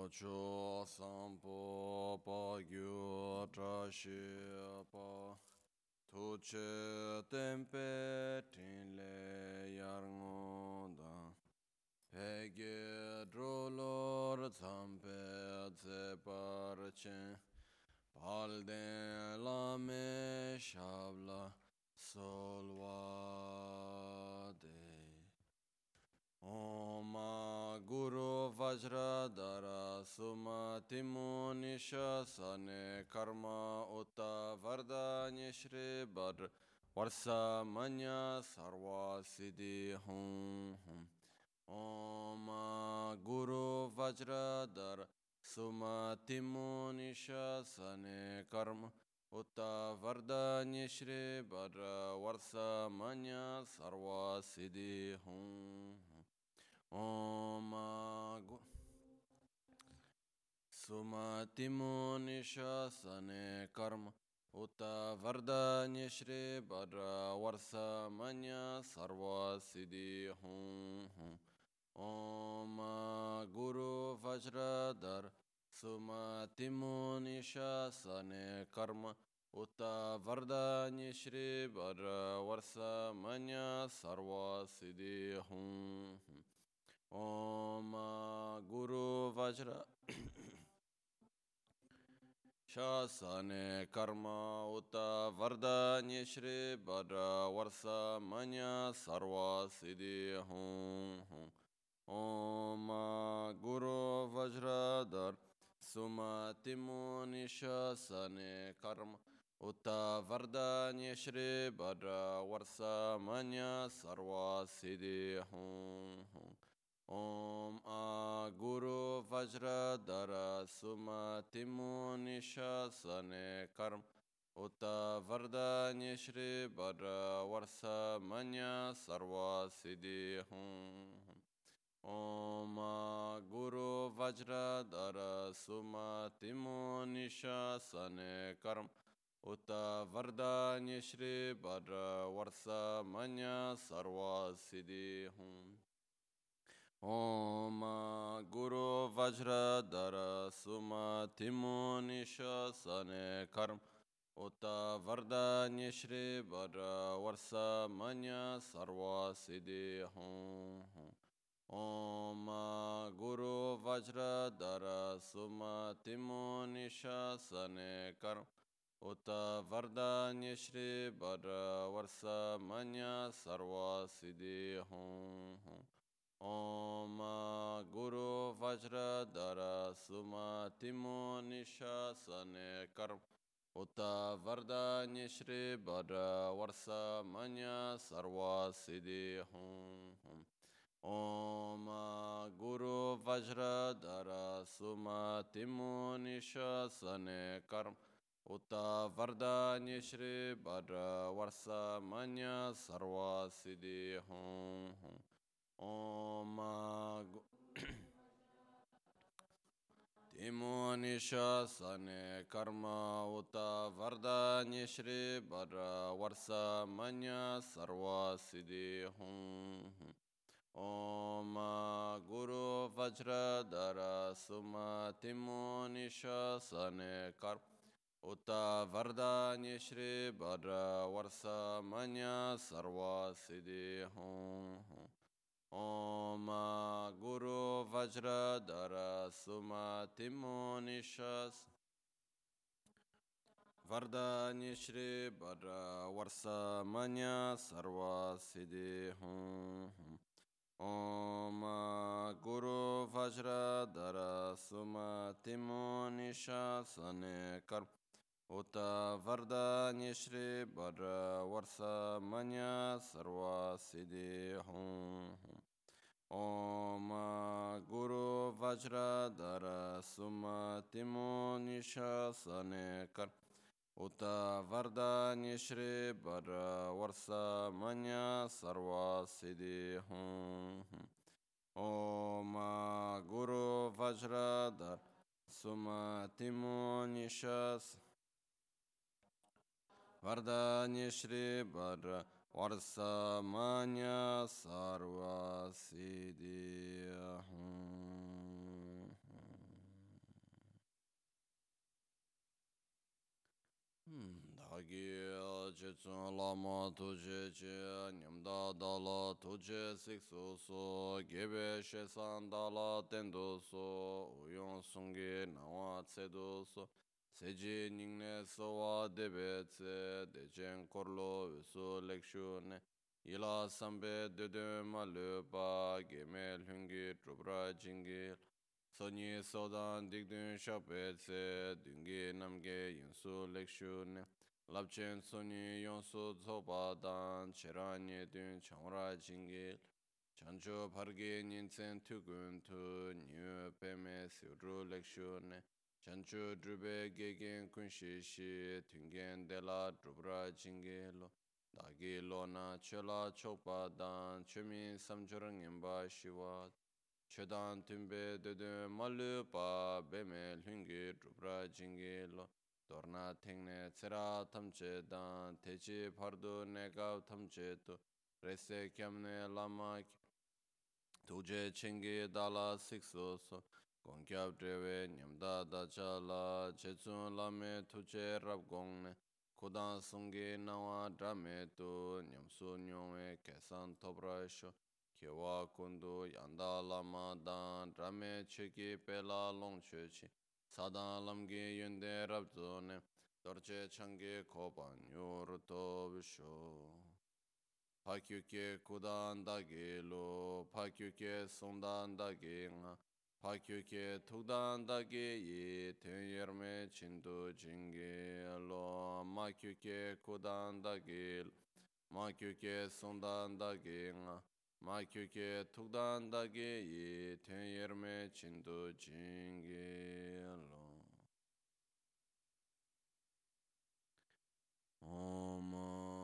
Cho sampo pa gyu tra shi pa tu che tempe tin le yar ngonda pe ge dro lor zampe ze par chen pal den la me shabla solwa de Om Guru Vajradhara Sumatimu Nishasane Karma Uta Vardanya Shri Badr Varsa Manya Sarva Siddhi Hum Hum Om Guru Vajradhara Sumatimu Nishasane Karma Uta Vardanya Shri Badra Varsa Manya Sarva Siddhi Hum Om Sumatimu Nishasane Karma Uta Vardanya Shri Badra Varsa Manya Sarva Siddhi Hum Hum Om Guru Vajradhar Sumatimu Nishasane Karma Uta Vardanya Shri Badra Varsa Manya Sarva Siddhi Hum Hum Om Guru Vajra Shasane Karma Uta Vardanya Shri Badra Varsa Manya Sarva Siddhi Hum Hum Om Guru Vajradhar Sumatimu Nishasane Karma Uta Vardanya Shri Badra Varsa Manya Sarva Siddhi Hum Hum Om Guru Vajradhara Sumatimu Nishasane Karma Uta Vardanya Shri Badra Varsa Manya Sarva Siddhi Hum Om Guru Vajradhara Sumatimu Nishasane Karma Uta Vardanya Shri Badra Varsa Manya Sarva Siddhi Hum Om Guru Vajradhara Sumatimu Nishasane Karma Uta Vardanya Shri Badra Varsa Manya Sarva Siddhi Hum Om Guru Vajradhara Sumatimu Nishasane Karma Uta Vardanya Shri Badra Varsa Manya Sarva Siddhi Hum Om Guru Vajradhara Sumatimu Nishasane Karma Uta Vardanya Shri Badra Varsa Manya Sarva Siddhi Hum Om Guru Vajradhara Sumatimu Nishasane Karma Uta Vardanya Shri Badra Varsa Manya Sarva Siddhi Hum Om Timu Nishasane Karma Uta Vardanya Shri Badra Varsa Manya Sarva Siddhi Hum Om Guru Vajradhara Sumatimu Nishasane Karma Uta Vardanya Shri Badra Varsa Manya Sarva Siddhi Hum Om Guru Vajradhara Sumatimu Nishas Vardanya Shri Badra Varsa Manya Sarva Siddhi Hum Om Guru Vajradhara Sumatimu Nishasane Karma Uta Vardanya Shri Badra Varsa Manya Sarva Siddhi Hum Om Guru Vajradhara Sumatimu Nishasane Karma Uta Vardanya Shri Badra Varsa Manya Sarva Siddhi Hum Om Guru Vajradhara Sumatimu Nishas Vardanya Shri Badra Varsa Manya Sarva Siddhi Dagi Jetsun Lama Tuje Che Nyamda Dala Tuje Siksu So Gebe Shesan Dala Tendo So Uyong Sungi Nawa Tsedo So Seji Ningne Sowa Debe Tse Dejen Korlo Usu Lekshu Ne Ila Sambe Dede Malupa Geme Lungi Trubra Jingil Sonyi Sodan Digdun Shakpe Tse Dungi Namge Yinsu Lekshu Ne Labchen Soni Yonsu Tsoba Dan Cheranye Dun Changra Jingil Chancho Parge Ninsen Tukun Tu Nyu Peme Siru Lekshune Chancho Drube Gegen Kunshi Shi Tungen Dela Drubra Jingilo Dagi Lona Chola Chokpa Dan Chumi Samchurang Imba Shivat Chodan Tumbe Dede Malu Pa Beme Lungi Drubra Jingilo Dorna Tengne Tsera Tamche Dan Techi Pardo Negav Tamche Tu Rese Kyamne Lama Tuje Chengi Dala Sikso So Gongkyab Drewe Nyamda Dachala Chetsun Lame Tuje Rab Gongne Kudan Sungi Nawa Drame Tu Nyamsu Nyongwe Kesan Tobra Sho Kewa Kundu Yanda Lama Dan Drame Cheki Pela Long Chechi Sadan Lamgi Yunde Rab Zone Dorje Changi Koban Yuruto Visho Pakyuke kudan dagi lo, pakyuke sondan dagi nga, pakyuke tukdan dagi yi, ten yerme chindu jingi lo, makyuke kudan dagi, makyuke sondan dagi nga, makyuke tukdan dagi yi, ten yerme chindu jingi lo. Om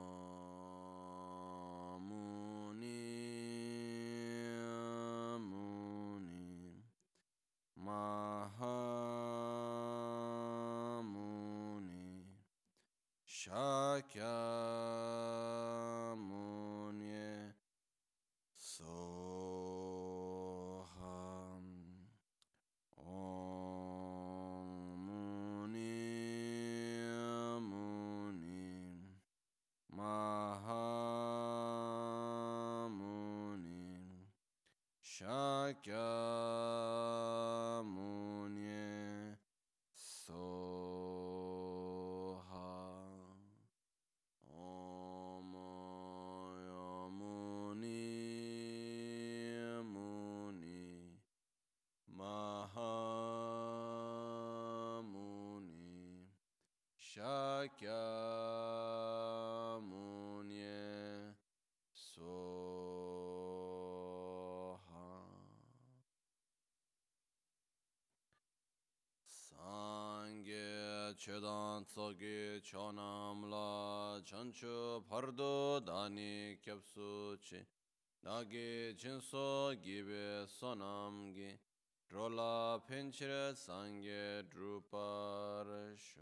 Mahamuni Shakyamuni Soham Om Muni Mahamuni Shakyamuni Soha Om Muni Mahamuni Shakyamuni Soha Sangye Chedan Tsogi Chonamla Chanchu Pardo Dani Kyapsu Chi Dagi Jinso Gibe Sonamgi Drola Pinchire Sangye Druparasho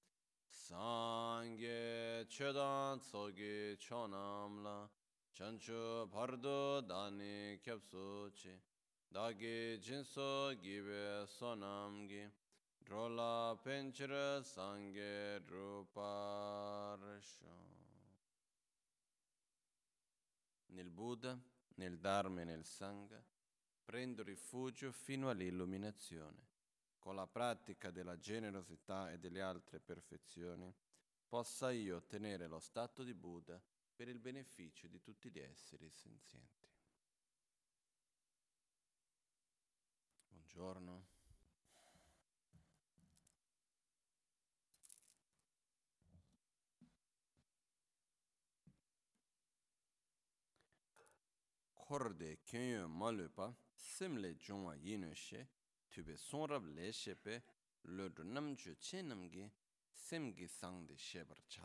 Sangye Chedan Tsogi Chonamla Chanchu Pardo Dani Kyapsu Chi Dagi Jinso Gibe Sonamgi Drola Pinchire Sangye Druparasho. Nel Buddha, nel Dharma e nel Sangha prendo rifugio fino all'illuminazione. Con la pratica della generosità e delle altre perfezioni possa io ottenere lo stato di Buddha per il beneficio di tutti gli esseri senzienti. Buongiorno. Korde Kyenyo Malupa Simle Jongwa Yinoshe Tube Sonrab Le Shepe Lodro Namju Chenamgi Semgi Sangde Shebarcha.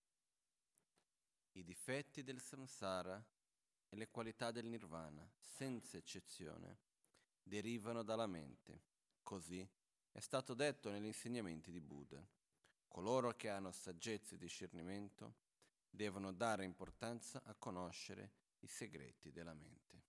I difetti del samsara e le qualità del nirvana, senza eccezione, derivano dalla mente. Così è stato detto negli insegnamenti di Buddha. Coloro che hanno saggezza e discernimento devono dare importanza a conoscere i segreti della mente.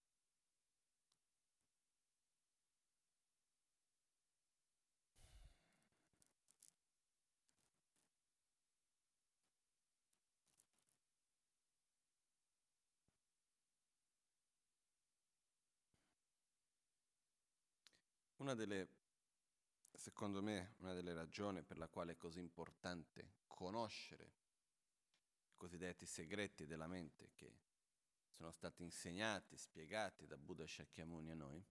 Secondo me, una delle ragioni per la quale è così importante conoscere i cosiddetti segreti della mente che sono stati insegnati, spiegati da Buddha Shakyamuni a noi,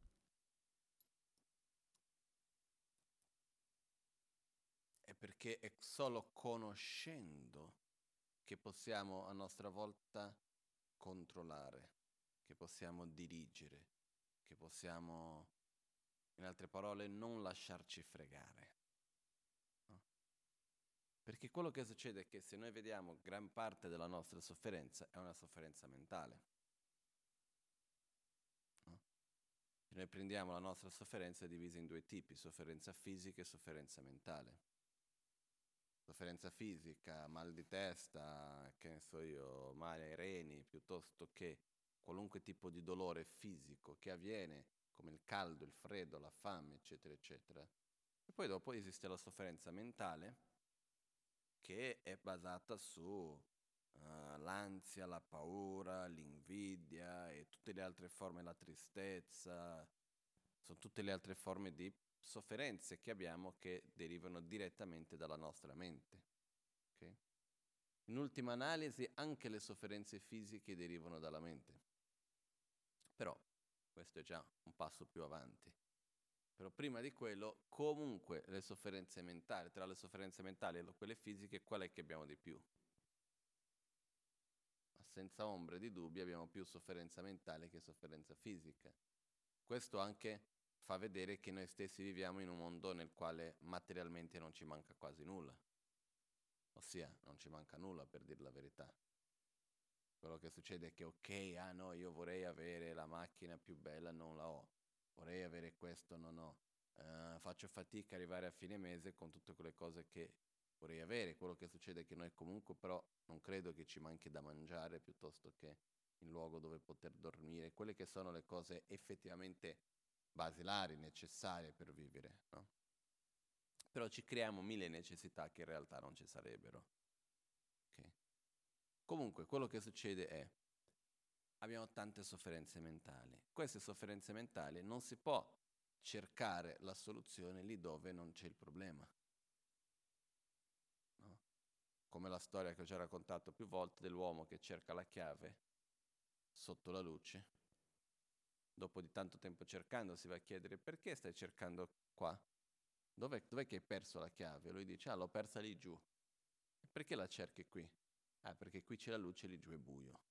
è perché è solo conoscendo che possiamo a nostra volta controllare, che possiamo dirigere, che possiamo, in altre parole, non lasciarci fregare. No? Perché quello che succede è che se noi vediamo gran parte della nostra sofferenza è una sofferenza mentale. No? Se noi prendiamo la nostra sofferenza è divisa in due tipi, sofferenza fisica e sofferenza mentale. Sofferenza fisica, mal di testa, che ne so io, male ai reni, piuttosto che qualunque tipo di dolore fisico che avviene, come il caldo, il freddo, la fame, eccetera, eccetera. E poi dopo esiste la sofferenza mentale, che è basata su l'ansia, la paura, l'invidia e tutte le altre forme, la tristezza, sono tutte le altre forme di sofferenze che abbiamo che derivano direttamente dalla nostra mente. Okay? In ultima analisi anche le sofferenze fisiche derivano dalla mente. Però questo è già un passo più avanti. Però prima di quello, comunque le sofferenze mentali, tra le sofferenze mentali e quelle fisiche, qual è che abbiamo di più? Ma senza ombra di dubbio abbiamo più sofferenza mentale che sofferenza fisica. Questo anche fa vedere che noi stessi viviamo in un mondo nel quale materialmente non ci manca quasi nulla. Ossia, non ci manca nulla, per dir la verità. Quello che succede è che, ok, ah no, io vorrei avere la macchina più bella, non la ho. Vorrei avere questo, non ho. Faccio fatica ad arrivare a fine mese con tutte quelle cose che vorrei avere. Quello che succede è che noi comunque però non credo che ci manchi da mangiare piuttosto che il luogo dove poter dormire. Quelle che sono le cose effettivamente basilari, necessarie per vivere, no? Però ci creiamo mille necessità che in realtà non ci sarebbero. Okay? Comunque, quello che succede è abbiamo tante sofferenze mentali. Queste sofferenze mentali non si può cercare la soluzione lì dove non c'è il problema. No? Come la storia che ho già raccontato più volte dell'uomo che cerca la chiave sotto la luce. Dopo di tanto tempo cercando si va a chiedere perché stai cercando qua? Dov'è che hai perso la chiave? Lui dice, l'ho persa lì giù. E perché la cerchi qui? Perché qui c'è la luce e lì giù è buio.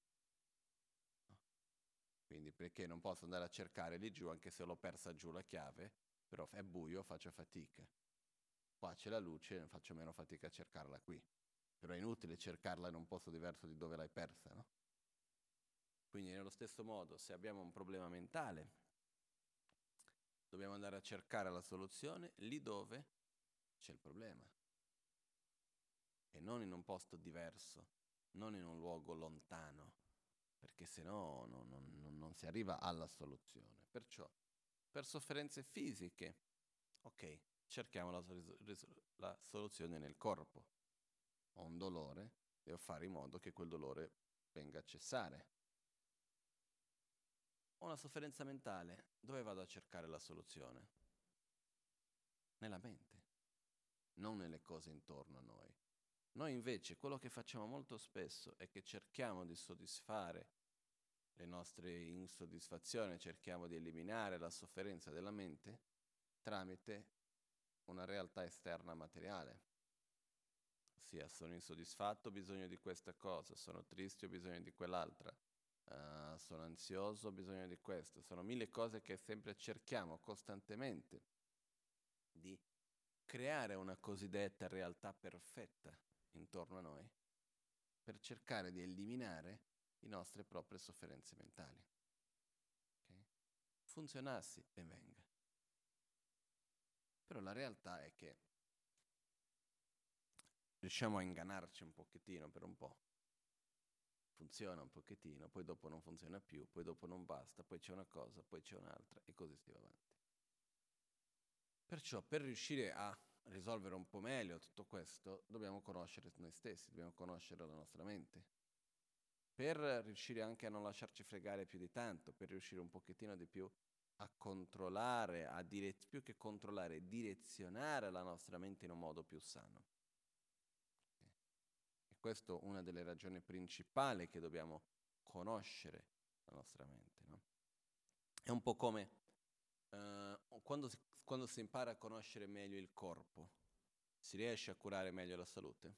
Quindi perché non posso andare a cercare lì giù anche se l'ho persa giù la chiave, però è buio, faccio fatica. Qua c'è la luce, faccio meno fatica a cercarla qui. Però è inutile cercarla in un posto diverso di dove l'hai persa, no? Quindi nello stesso modo, se abbiamo un problema mentale, dobbiamo andare a cercare la soluzione lì dove c'è il problema. E non in un posto diverso, non in un luogo lontano, perché se no non si arriva alla soluzione. Perciò, per sofferenze fisiche, ok, cerchiamo la soluzione nel corpo. Ho un dolore, devo fare in modo che quel dolore venga a cessare. Ho una sofferenza mentale, dove vado a cercare la soluzione? Nella mente, non nelle cose intorno a noi. Noi invece quello che facciamo molto spesso è che cerchiamo di soddisfare le nostre insoddisfazioni, cerchiamo di eliminare la sofferenza della mente tramite una realtà esterna materiale. Ossia, sono insoddisfatto, ho bisogno di questa cosa, sono triste, ho bisogno di quell'altra, sono ansioso, ho bisogno di questo. Sono mille cose che sempre cerchiamo costantemente di creare una cosiddetta realtà perfetta intorno a noi per cercare di eliminare le nostre proprie sofferenze mentali. Okay? Funzionassi, ben venga. Però la realtà è che riusciamo a ingannarci un pochettino per un po'. Funziona un pochettino, poi dopo non funziona più, poi dopo non basta, poi c'è una cosa, poi c'è un'altra e così si va avanti. Perciò per riuscire a risolvere un po' meglio tutto questo dobbiamo conoscere noi stessi, dobbiamo conoscere la nostra mente. Per riuscire anche a non lasciarci fregare più di tanto, per riuscire un pochettino di più a controllare, più che controllare, direzionare la nostra mente in un modo più sano. E questa è una delle ragioni principali che dobbiamo conoscere la nostra mente, no? È un po' come quando si impara a conoscere meglio il corpo, si riesce a curare meglio la salute?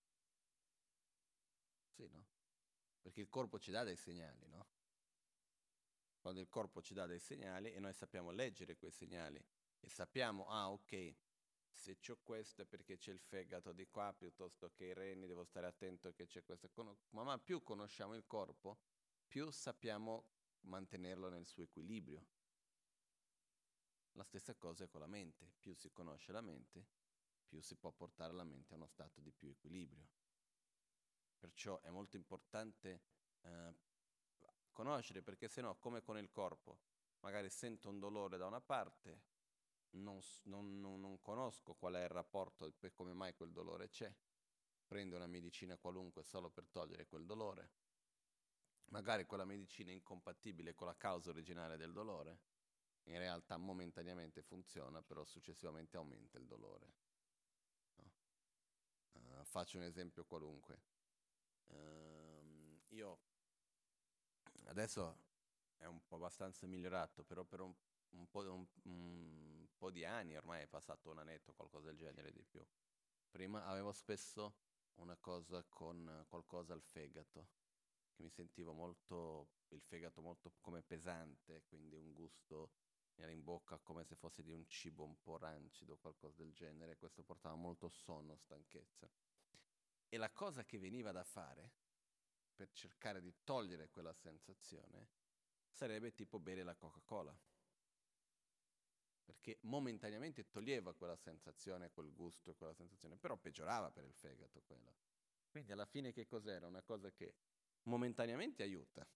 Sì, no? Perché il corpo ci dà dei segnali, no? Quando il corpo ci dà dei segnali e noi sappiamo leggere quei segnali e sappiamo, ah ok, se c'ho questo è perché c'è il fegato di qua piuttosto che i reni, devo stare attento che c'è questo. Ma più conosciamo il corpo, più sappiamo mantenerlo nel suo equilibrio. La stessa cosa è con la mente, più si conosce la mente, più si può portare la mente a uno stato di più equilibrio. Perciò è molto importante eh, conoscere, perché se no, come con il corpo, magari sento un dolore da una parte, non conosco qual è il rapporto e come mai quel dolore c'è, prendo una medicina qualunque solo per togliere quel dolore, magari quella medicina è incompatibile con la causa originale del dolore, in realtà momentaneamente funziona, però successivamente aumenta il dolore. No? Faccio un esempio qualunque. Io adesso è un po' abbastanza migliorato, però per un po' di anni, ormai è passato un annetto, qualcosa del genere di più. Prima avevo spesso una cosa con qualcosa al fegato, che mi sentivo molto, il fegato molto come pesante, quindi un gusto mi era in bocca come se fosse di un cibo un po' rancido, qualcosa del genere. Questo portava molto sonno, stanchezza. E la cosa che veniva da fare per cercare di togliere quella sensazione sarebbe tipo bere la Coca-Cola, perché momentaneamente toglieva quella sensazione, quel gusto e quella sensazione, però peggiorava per il fegato quello. Quindi alla fine che cos'era? Una cosa che momentaneamente aiuta,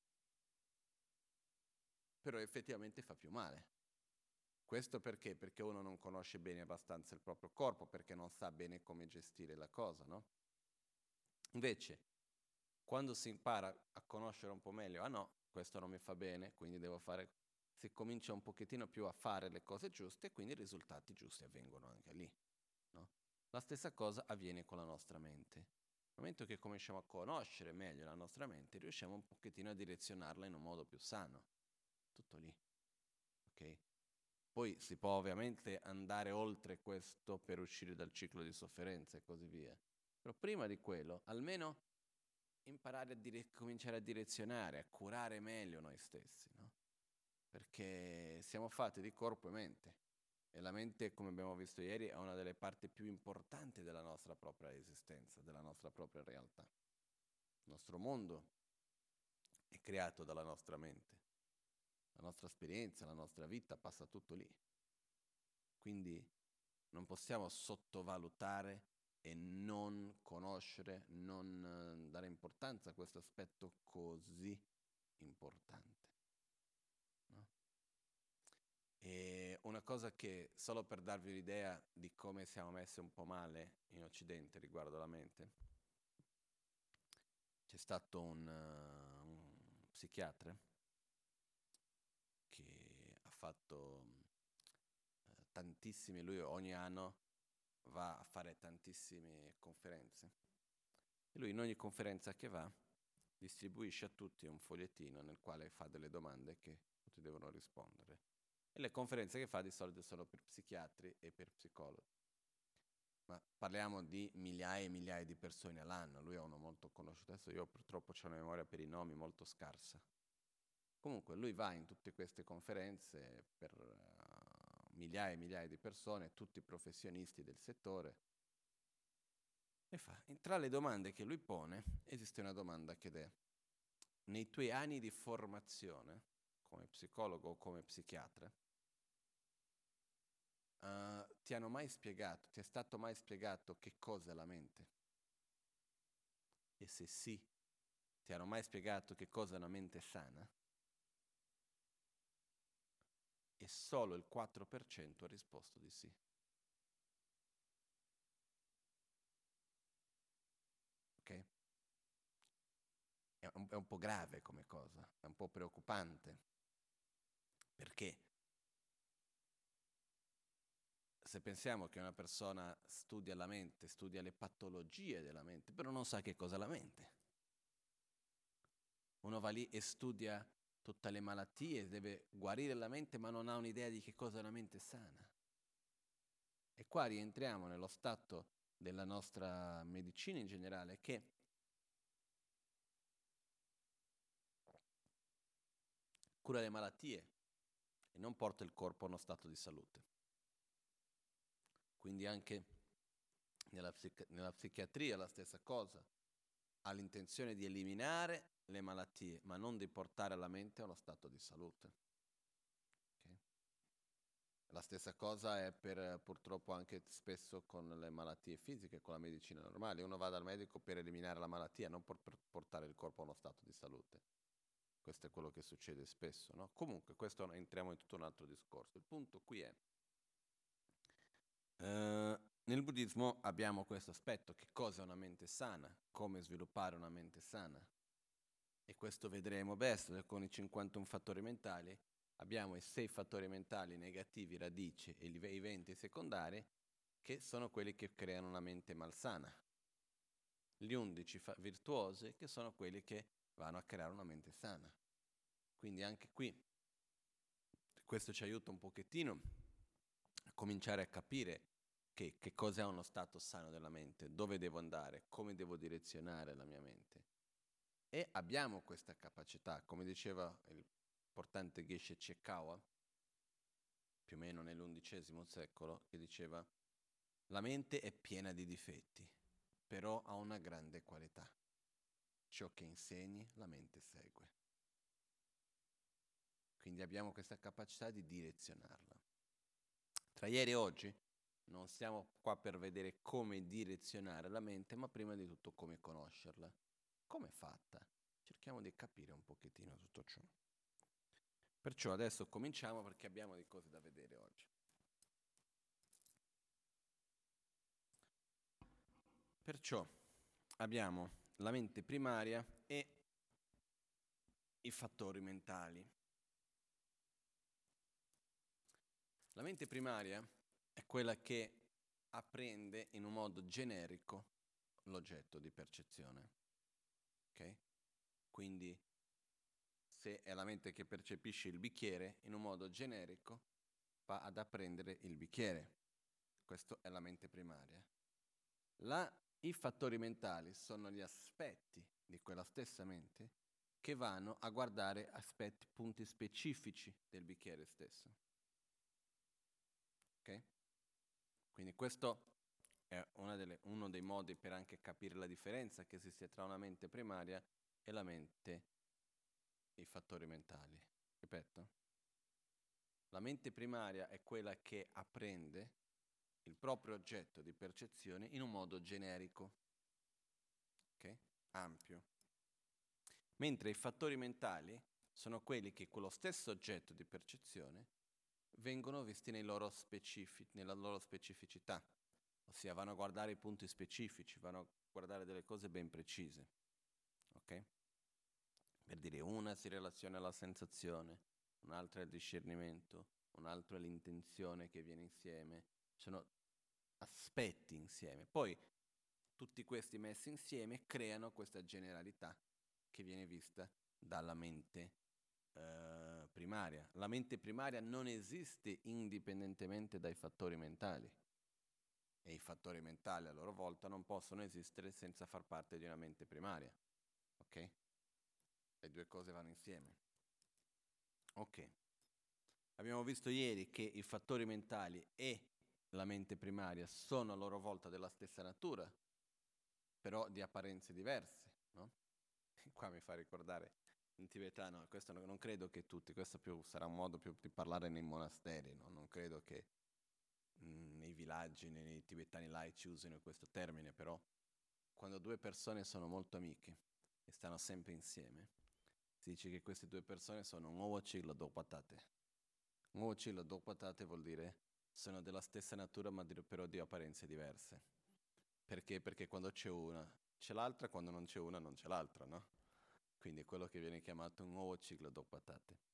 però effettivamente fa più male. Questo perché? Perché uno non conosce bene abbastanza il proprio corpo, perché non sa bene come gestire la cosa, no? Invece, quando si impara a conoscere un po' meglio, ah no, questo non mi fa bene, quindi devo fare, si comincia un pochettino più a fare le cose giuste e quindi i risultati giusti avvengono anche lì, no? La stessa cosa avviene con la nostra mente. Nel momento che cominciamo a conoscere meglio la nostra mente, riusciamo un pochettino a direzionarla in un modo più sano. Tutto lì, ok? Poi si può ovviamente andare oltre questo per uscire dal ciclo di sofferenza e così via. Però prima di quello, almeno imparare cominciare a direzionare, a curare meglio noi stessi, no? Perché siamo fatti di corpo e mente. E la mente, come abbiamo visto ieri, è una delle parti più importanti della nostra propria esistenza, della nostra propria realtà. Il nostro mondo è creato dalla nostra mente. La nostra esperienza, la nostra vita passa tutto lì. Quindi non possiamo sottovalutare e non conoscere, non dare importanza a questo aspetto così importante, no? E una cosa che, solo per darvi un'idea di come siamo messi un po' male in Occidente riguardo la mente, c'è stato un psichiatra che ha fatto tantissime, lui ogni anno va a fare tantissime conferenze. E lui in ogni conferenza che va distribuisce a tutti un fogliettino nel quale fa delle domande che tutti devono rispondere. E le conferenze che fa di solito sono per psichiatri e per psicologi. Ma parliamo di migliaia e migliaia di persone all'anno. Lui è uno molto conosciuto. Adesso io purtroppo ho una memoria per i nomi molto scarsa. Comunque lui va in tutte queste conferenze per migliaia e migliaia di persone, tutti professionisti del settore, e fa, tra le domande che lui pone, esiste una domanda che è, nei tuoi anni di formazione, come psicologo o come psichiatra, ti hanno mai spiegato, ti è stato mai spiegato che cosa è la mente? E se sì, ti hanno mai spiegato che cosa è una mente sana? E solo il 4% ha risposto di sì. Ok? È un po' grave come cosa, è un po' preoccupante, Perché se pensiamo che una persona studia la mente, studia le patologie della mente, però non sa che cosa è la mente. Uno va lì e studia tutte le malattie, deve guarire la mente, ma non ha un'idea di che cosa è una mente sana. E qua rientriamo nello stato della nostra medicina in generale, che cura le malattie e non porta il corpo a uno stato di salute. Quindi anche nella psichiatria la stessa cosa, ha l'intenzione di eliminare le malattie, ma non di portare la mente a uno stato di salute. Okay? La stessa cosa è purtroppo anche spesso con le malattie fisiche, con la medicina normale. Uno va dal medico per eliminare la malattia, non per portare il corpo a uno stato di salute. Questo è quello che succede spesso, no? Comunque, questo entriamo in tutto un altro discorso. Il punto qui è, nel buddismo abbiamo questo aspetto, che cosa è una mente sana, come sviluppare una mente sana. E questo vedremo bene con i 51 fattori mentali. Abbiamo i 6 fattori mentali negativi, radici, e i 20 secondari, che sono quelli che creano una mente malsana. Gli 11 virtuosi, che sono quelli che vanno a creare una mente sana. Quindi anche qui, questo ci aiuta un pochettino a cominciare a capire che cosa è uno stato sano della mente, dove devo andare, come devo direzionare la mia mente. E abbiamo questa capacità, come diceva il importante Geshe Chekawa, più o meno nell'XI secolo, che diceva: la mente è piena di difetti, però ha una grande qualità. Ciò che insegni, la mente segue. Quindi abbiamo questa capacità di direzionarla. Tra ieri e oggi non siamo qua per vedere come direzionare la mente, ma prima di tutto come conoscerla. Come è fatta? Cerchiamo di capire un pochettino tutto ciò. Perciò adesso cominciamo perché abbiamo delle cose da vedere oggi. Perciò abbiamo la mente primaria e i fattori mentali. La mente primaria è quella che apprende in un modo generico l'oggetto di percezione. Ok? Quindi se è la mente che percepisce il bicchiere, in un modo generico va ad apprendere il bicchiere. Questa è la mente primaria. I fattori mentali sono gli aspetti di quella stessa mente che vanno a guardare aspetti, punti specifici del bicchiere stesso. Ok? Quindi questo è uno dei modi per anche capire la differenza che esiste tra una mente primaria e la mente, i fattori mentali. Ripeto, la mente primaria è quella che apprende il proprio oggetto di percezione in un modo generico, ok? Ampio. Mentre i fattori mentali sono quelli che quello stesso oggetto di percezione vengono visti nella loro specificità, ossia vanno a guardare i punti specifici, vanno a guardare delle cose ben precise, ok? Per dire, una si relaziona alla sensazione, un'altra è il discernimento, un altro è l'intenzione che viene insieme, sono aspetti insieme. Poi tutti questi messi insieme creano questa generalità che viene vista dalla mente primaria. La mente primaria non esiste indipendentemente dai fattori mentali e i fattori mentali a loro volta non possono esistere senza far parte di una mente primaria. Ok? Le due cose vanno insieme. Ok. Abbiamo visto ieri che i fattori mentali e la mente primaria sono a loro volta della stessa natura, però di apparenze diverse, no? Qua mi fa ricordare in tibetano, questo non credo che tutti, questo sarà un modo più di parlare nei monasteri, no? Non credo che nei villaggi, nei tibetani laici usino questo termine, però quando due persone sono molto amiche e stanno sempre insieme, si dice che queste due persone sono un uovo ciclo do patate. Un uovo ciclo do patate vuol dire sono della stessa natura ma però di apparenze diverse. Perché? Perché quando c'è una c'è l'altra, quando non c'è una non c'è l'altra, no? Quindi è quello che viene chiamato un uovo ciclo do patate.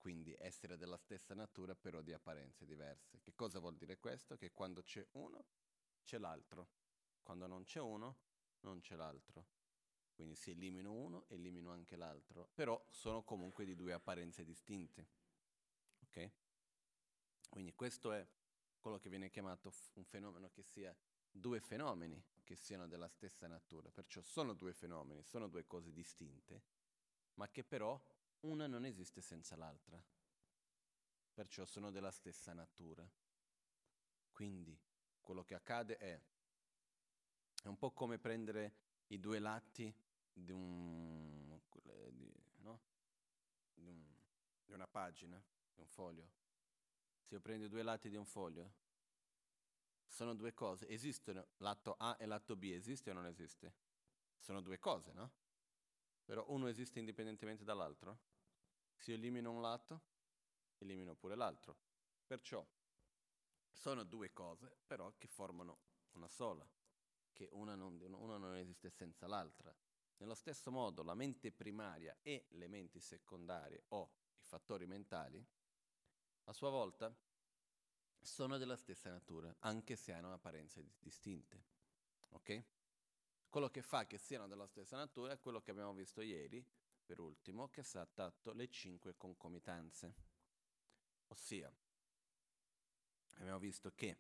quindi essere della stessa natura però di apparenze diverse. Che cosa vuol dire questo? Che quando c'è uno, c'è l'altro. Quando non c'è uno, non c'è l'altro. Quindi se elimino uno, elimino anche l'altro. Però sono comunque di due apparenze distinte. Ok? Quindi questo è quello che viene chiamato un fenomeno che sia due fenomeni che siano della stessa natura. Perciò sono due fenomeni, sono due cose distinte, ma che però una non esiste senza l'altra. Perciò sono della stessa natura. Quindi quello che accade è un po' come prendere i due lati di no? di un- di una pagina, di un foglio. Se io prendo i due lati di un foglio, sono due cose. Esistono lato A e lato B, esiste o non esiste? Sono due cose, no? Però uno esiste indipendentemente dall'altro. Se io elimino un lato, elimino pure l'altro. Perciò sono due cose, però che formano una sola, che una non esiste senza l'altra. Nello stesso modo, la mente primaria e le menti secondarie o i fattori mentali, a sua volta, sono della stessa natura, anche se hanno apparenze distinte. Ok? Quello che fa che siano della stessa natura è quello che abbiamo visto ieri, per ultimo, che è stato le 5 concomitanze. Ossia, abbiamo visto che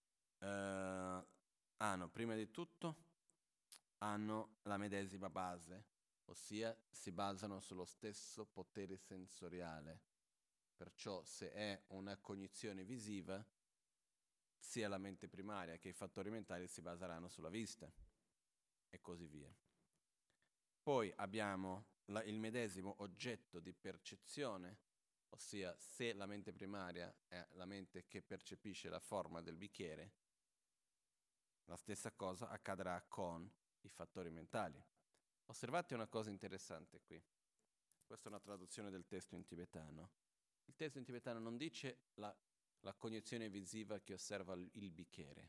hanno, prima di tutto, hanno la medesima base, ossia si basano sullo stesso potere sensoriale. Perciò se è una cognizione visiva, sia la mente primaria che i fattori mentali si baseranno sulla vista e così via. Poi abbiamo il medesimo oggetto di percezione, ossia se la mente primaria è la mente che percepisce la forma del bicchiere, la stessa cosa accadrà con i fattori mentali. Osservate una cosa interessante qui. Questa è una traduzione del testo in tibetano. Il testo in tibetano non dice la cognizione visiva che osserva il bicchiere.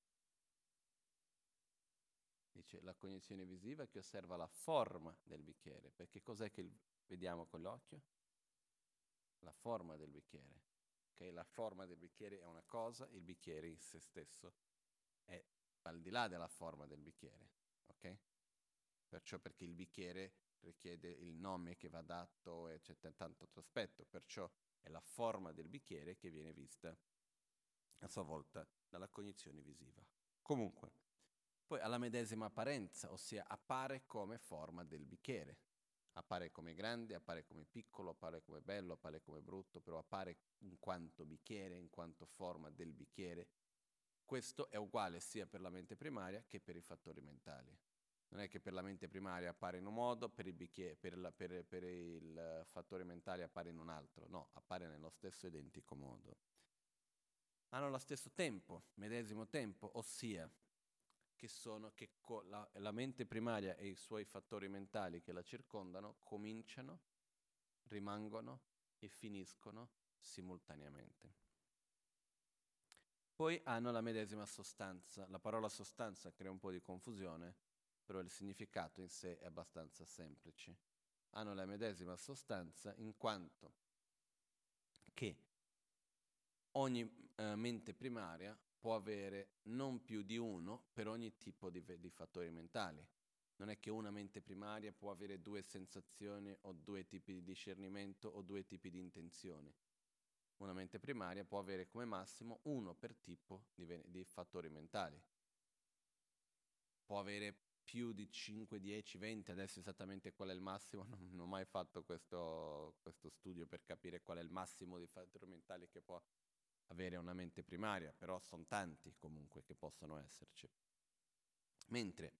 Dice la cognizione visiva che osserva la forma del bicchiere. Perché cos'è che vediamo con l'occhio? La forma del bicchiere. Okay? La forma del bicchiere è una cosa, il bicchiere in se stesso è al di là della forma del bicchiere. Ok? Perciò perché il bicchiere richiede il nome che va dato e c'è tanto altro aspetto, perciò è la forma del bicchiere che viene vista a sua volta dalla cognizione visiva. Comunque, poi ha la medesima apparenza, ossia appare come forma del bicchiere. Appare come grande, appare come piccolo, appare come bello, appare come brutto, però appare in quanto bicchiere, in quanto forma del bicchiere. Questo è uguale sia per la mente primaria che per i fattori mentali. Non è che per la mente primaria appare in un modo, per per il fattore mentale appare in un altro, no, appare nello stesso identico modo. Hanno lo stesso tempo, medesimo tempo, ossia la mente primaria e i suoi fattori mentali che la circondano cominciano, rimangono e finiscono simultaneamente. Poi hanno la medesima sostanza. La parola sostanza crea un po' di confusione, però il significato in sé è abbastanza semplice. Hanno la medesima sostanza in quanto che ogni mente primaria può avere non più di uno per ogni tipo di fattori mentali. Non è che una mente primaria può avere due sensazioni o due tipi di discernimento o due tipi di intenzioni. Una mente primaria può avere come massimo uno per tipo di fattori mentali. Può avere più di 5, 10, 20, adesso esattamente qual è il massimo, non ho mai fatto questo studio per capire qual è il massimo di fattori mentali che può avere una mente primaria, però sono tanti comunque che possono esserci. Mentre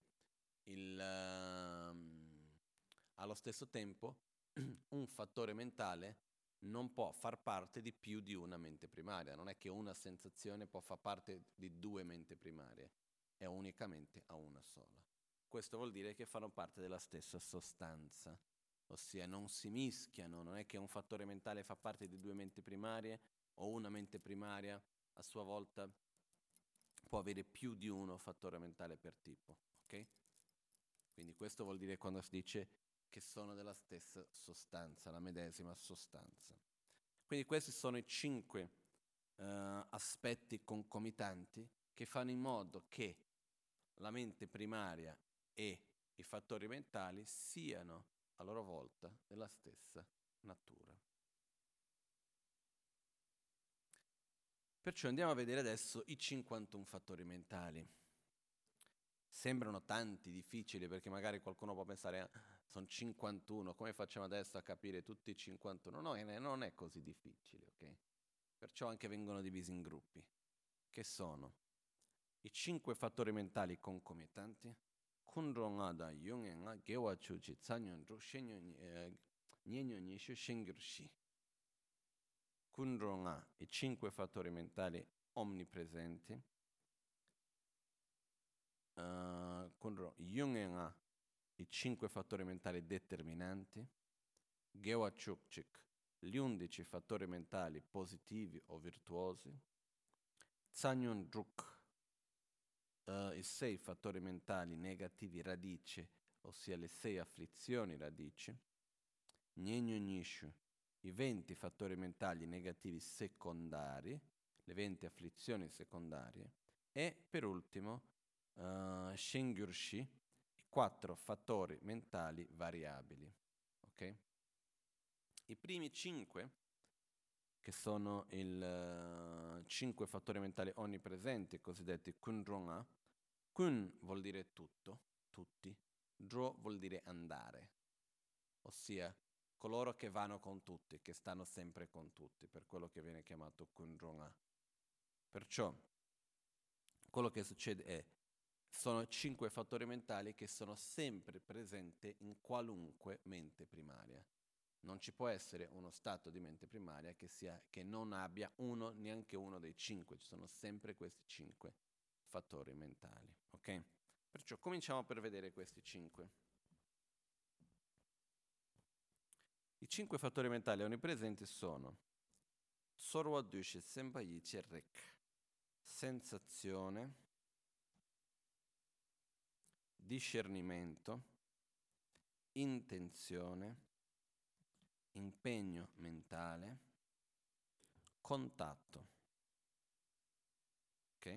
allo stesso tempo un fattore mentale non può far parte di più di una mente primaria, non è che una sensazione può far parte di due menti primarie, è unicamente a una sola. Questo vuol dire che fanno parte della stessa sostanza, ossia non si mischiano, non è che un fattore mentale fa parte di due menti primarie o una mente primaria a sua volta può avere più di uno fattore mentale per tipo, ok? Quindi questo vuol dire quando si dice che sono della stessa sostanza, la medesima sostanza. Quindi questi sono i 5 aspetti concomitanti che fanno in modo che la mente primaria e i fattori mentali siano a loro volta della stessa natura. Perciò andiamo a vedere adesso i 51 fattori mentali. Sembrano tanti, difficili, perché magari qualcuno può pensare sono 51, come facciamo adesso a capire tutti i 51? No, non è così difficile, ok? Perciò anche vengono divisi in gruppi, che sono i 5 fattori mentali concomitanti, kunronga yungenga gewa chuchi tsanyon ru nyenyo nishu shengurshi. Kunronga, i 5 fattori mentali omnipresenti, kunro yungenga, i 5 fattori mentali determinanti, gewa chukchik, gli 11 fattori mentali positivi o virtuosi, tsanyon druk, i 6 fattori mentali negativi radice, ossia le 6 afflizioni radice, Gnegno Nishu, i 20 fattori mentali negativi secondari, le 20 afflizioni secondarie, e per ultimo Shengyurshi, i 4 fattori mentali variabili. Okay? I primi 5, che sono i 5 fattori mentali onnipresenti, cosiddetti Kunronga. Kun vuol dire tutto, tutti. Dro vuol dire andare, ossia coloro che vanno con tutti, che stanno sempre con tutti, per quello che viene chiamato Kunronga. Perciò quello che succede è sono 5 fattori mentali che sono sempre presenti in qualunque mente primaria. Non ci può essere uno stato di mente primaria che non abbia neanche uno dei 5, ci sono sempre questi 5 fattori mentali, ok? Perciò cominciamo per vedere questi 5. I 5 fattori mentali onnipresenti sono Sorwa Dushi Senpai Rek, sensazione, discernimento, intenzione, impegno mentale, contatto. Ok?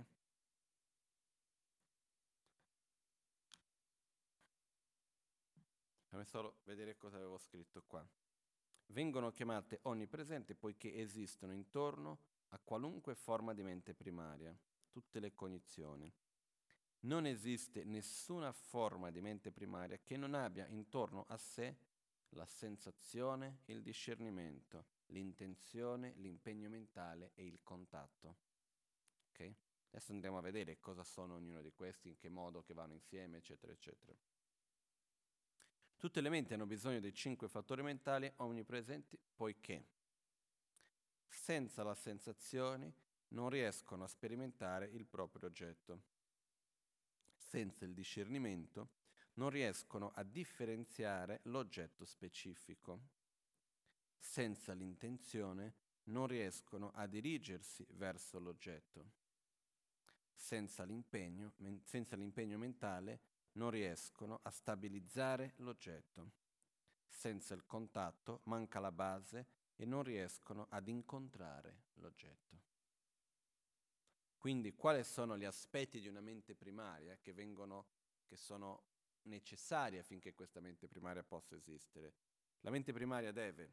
Fammi solo vedere cosa avevo scritto qua. Vengono chiamate onnipresenti poiché esistono intorno a qualunque forma di mente primaria, tutte le cognizioni. Non esiste nessuna forma di mente primaria che non abbia intorno a sé la sensazione, il discernimento, l'intenzione, l'impegno mentale e il contatto. Ok? Adesso andremo a vedere cosa sono ognuno di questi, in che modo che vanno insieme, eccetera, eccetera. Tutte le menti hanno bisogno dei 5 fattori mentali omnipresenti poiché senza le sensazioni non riescono a sperimentare il proprio oggetto. Senza il discernimento non riescono a differenziare l'oggetto specifico. Senza l'intenzione non riescono a dirigersi verso l'oggetto. Senza l'impegno mentale non riescono a stabilizzare l'oggetto. Senza il contatto manca la base e non riescono ad incontrare l'oggetto. Quindi quali sono gli aspetti di una mente primaria che sono necessari affinché questa mente primaria possa esistere? La mente primaria deve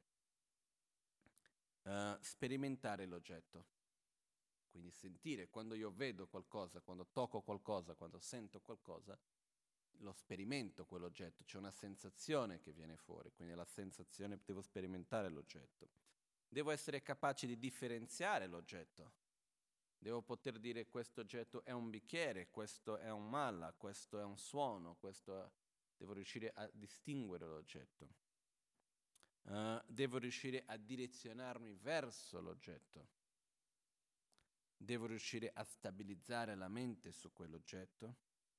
sperimentare l'oggetto, quindi sentire. Quando io vedo qualcosa, quando tocco qualcosa, quando sento qualcosa, lo sperimento quell'oggetto, c'è una sensazione che viene fuori, quindi la sensazione, devo sperimentare l'oggetto. Devo essere capace di differenziare l'oggetto. Devo poter dire questo oggetto è un bicchiere, questo è un mala, questo è un suono, devo riuscire a distinguere l'oggetto. Devo riuscire a direzionarmi verso l'oggetto. Devo riuscire a stabilizzare la mente su quell'oggetto.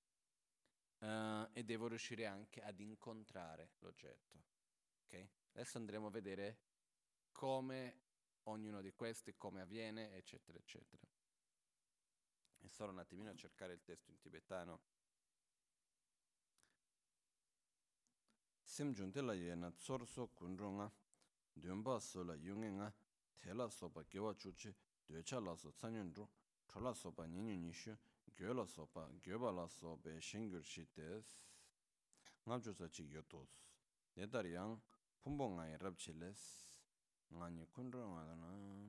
E devo riuscire anche ad incontrare l'oggetto. Okay? Adesso andremo a vedere come ognuno di questi, come avviene, eccetera, eccetera. E solo un attimino a cercare il testo in tibetano. Semjun te la ye na tsor so kun ro nga, dunpa so la yung nga, Tela sopa gewa chuchi, duecha la so tsanyon dro, chola sopa nyenyo nishu, gyo la sopa, gyoba la sopa shengyur shites. Ngab chusa chik yotos. Nedar yang, pumbo ngay rab chiles. Ngani kundro nga dana.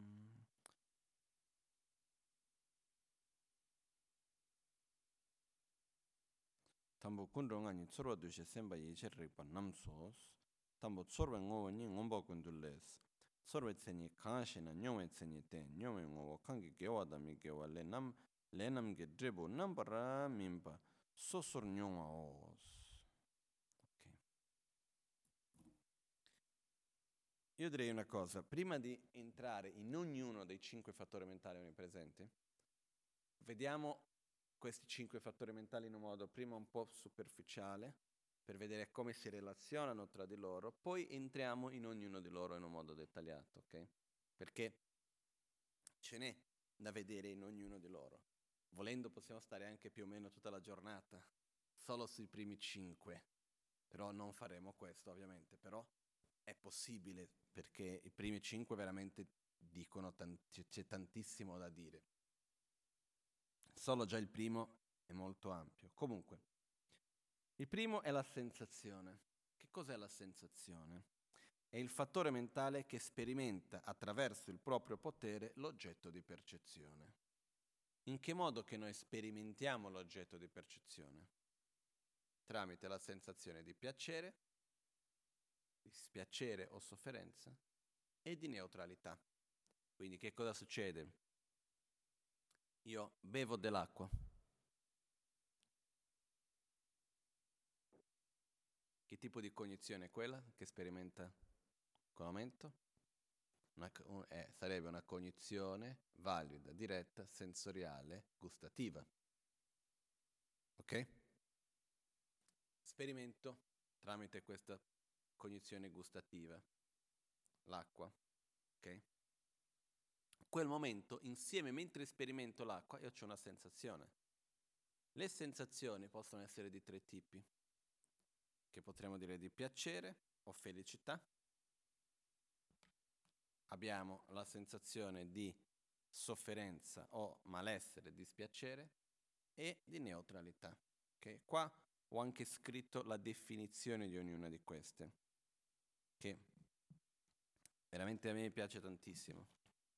Tambo kundro ngani tsorwa dushe semba yeche rikpa namsos. Tambo tsorwa ngowa ni ngomba kundules. Tsorwa tseni kangashi na nyongwe tseni ten, nyongwe ngowa kangi gewa dami gewa le namge dribu nambara mimba sosor nyongwa os. Ok. Io direi una cosa, prima di entrare in ognuno dei 5 fattori mentali onnipresenti, vediamo questi 5 fattori mentali in un modo prima un po' superficiale, per vedere come si relazionano tra di loro, poi entriamo in ognuno di loro in un modo dettagliato, ok? Perché ce n'è da vedere in ognuno di loro. Volendo possiamo stare anche più o meno tutta la giornata, solo sui primi 5, però non faremo questo ovviamente, però è possibile perché i primi 5 veramente dicono, c'è tantissimo da dire. Solo già il primo è molto ampio. Comunque, il primo è la sensazione. Che cos'è la sensazione? È il fattore mentale che sperimenta attraverso il proprio potere l'oggetto di percezione. In che modo che noi sperimentiamo l'oggetto di percezione? Tramite la sensazione di piacere, di spiacere o sofferenza e di neutralità. Quindi che cosa succede? Io bevo dell'acqua. Che tipo di cognizione è quella che sperimenta in quel momento? Sarebbe una cognizione valida, diretta, sensoriale, gustativa. Ok? Sperimento tramite questa cognizione gustativa l'acqua. Ok? In quel momento, insieme, mentre sperimento l'acqua, io ho una sensazione. Le sensazioni possono essere di 3 tipi, che potremmo dire di piacere o felicità. Abbiamo la sensazione di sofferenza o malessere, dispiacere e di neutralità. Okay? Qua ho anche scritto la definizione di ognuna di queste, che veramente a me piace tantissimo.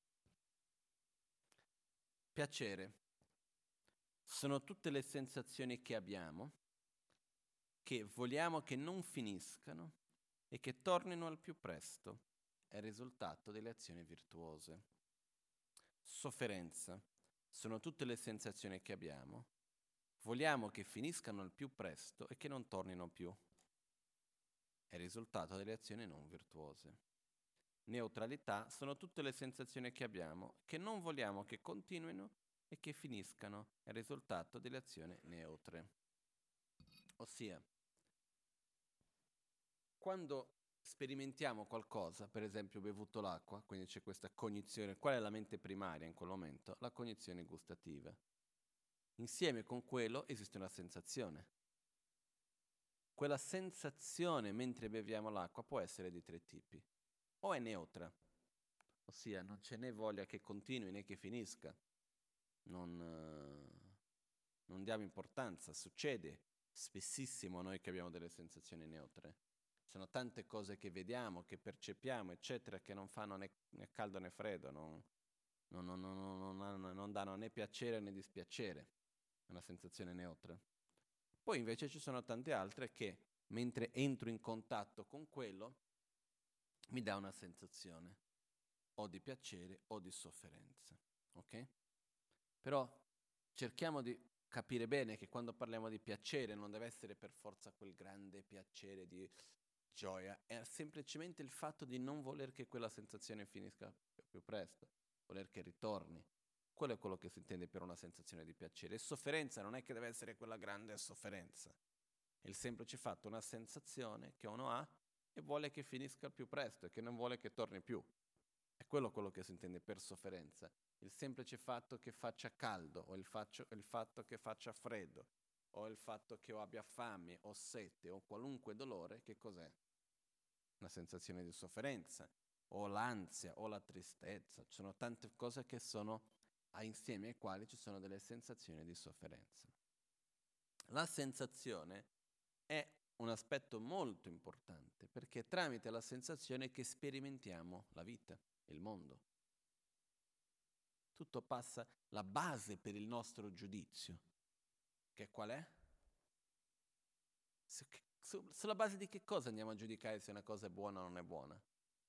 Piacere sono tutte le sensazioni che abbiamo, che vogliamo che non finiscano e che tornino al più presto. È il risultato delle azioni virtuose. Sofferenza sono tutte le sensazioni che abbiamo, vogliamo che finiscano al più presto e che non tornino più. È il risultato delle azioni non virtuose. Neutralità sono tutte le sensazioni che abbiamo, che non vogliamo che continuino e che finiscano. È il risultato delle azioni neutre. Ossia, quando sperimentiamo qualcosa, per esempio bevuto l'acqua, quindi c'è questa cognizione, qual è la mente primaria in quel momento? La cognizione gustativa. Insieme con quello esiste una sensazione. Quella sensazione mentre beviamo l'acqua può essere di 3 tipi. O è neutra, ossia non ce n'è voglia che continui né che finisca, non diamo importanza, succede spessissimo a noi che abbiamo delle sensazioni neutre. Ci sono tante cose che vediamo, che percepiamo, eccetera, che non fanno né caldo né freddo, non danno né piacere né dispiacere, è una sensazione neutra. Poi invece ci sono tante altre che, mentre entro in contatto con quello, mi dà una sensazione o di piacere o di sofferenza, ok? Però cerchiamo di capire bene che quando parliamo di piacere non deve essere per forza quel grande piacere di gioia, è semplicemente il fatto di non voler che quella sensazione finisca più presto, voler che ritorni. Quello è quello che si intende per una sensazione di piacere. E sofferenza non è che deve essere quella grande sofferenza, è il semplice fatto, una sensazione che uno ha e vuole che finisca più presto e che non vuole che torni più. È quello che si intende per sofferenza. Il semplice fatto che faccia caldo o il fatto che faccia freddo o il fatto che io abbia fame o sete o qualunque dolore, che cos'è? Una sensazione di sofferenza. o l'ansia, o la tristezza. Ci sono tante cose che sono insieme ai quali ci sono delle sensazioni di sofferenza. La sensazione è un aspetto molto importante perché è tramite la sensazione che sperimentiamo la vita, il mondo. Tutto passa, la base per il nostro giudizio, che qual è? Sulla base di che cosa andiamo a giudicare se una cosa è buona o non è buona?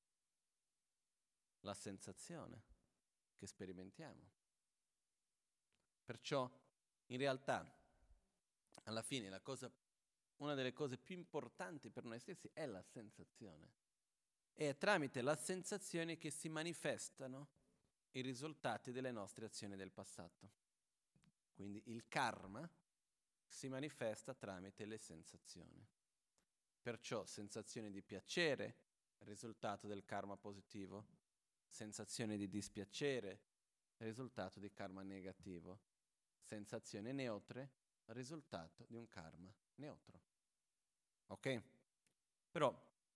La sensazione che sperimentiamo. Perciò, in realtà, alla fine, una delle cose più importanti per noi stessi è la sensazione. E è tramite la sensazione che si manifestano i risultati delle nostre azioni del passato. Quindi il karma si manifesta tramite le sensazioni. Perciò sensazione di piacere, risultato del karma positivo, sensazione di dispiacere, risultato di karma negativo, sensazioni neutre, risultato di un karma neutro. Ok? Però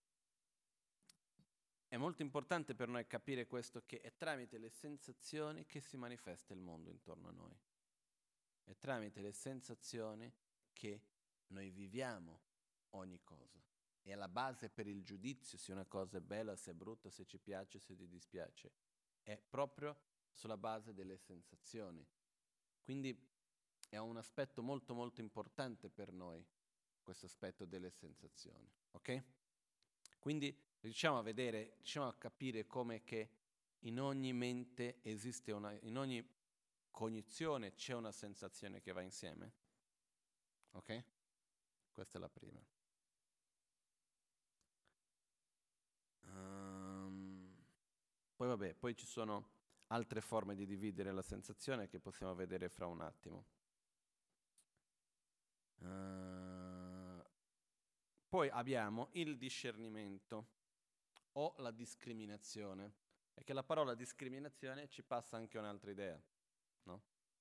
è molto importante per noi capire questo, che è tramite le sensazioni che si manifesta il mondo intorno a noi. È tramite le sensazioni che noi viviamo ogni cosa. È la base per il giudizio se una cosa è bella, se è brutta, se ci piace, se ti dispiace. È proprio sulla base delle sensazioni. Quindi è un aspetto molto molto importante per noi, questo aspetto delle sensazioni. Ok? Quindi riusciamo a vedere, riusciamo a capire come che in ogni mente esiste in ogni cognizione c'è una sensazione che va insieme. Ok? Questa è la prima. Poi vabbè, poi ci sono altre forme di dividere la sensazione che possiamo vedere fra un attimo. Poi abbiamo il discernimento o la discriminazione. E che la parola discriminazione ci passa anche un'altra idea, no?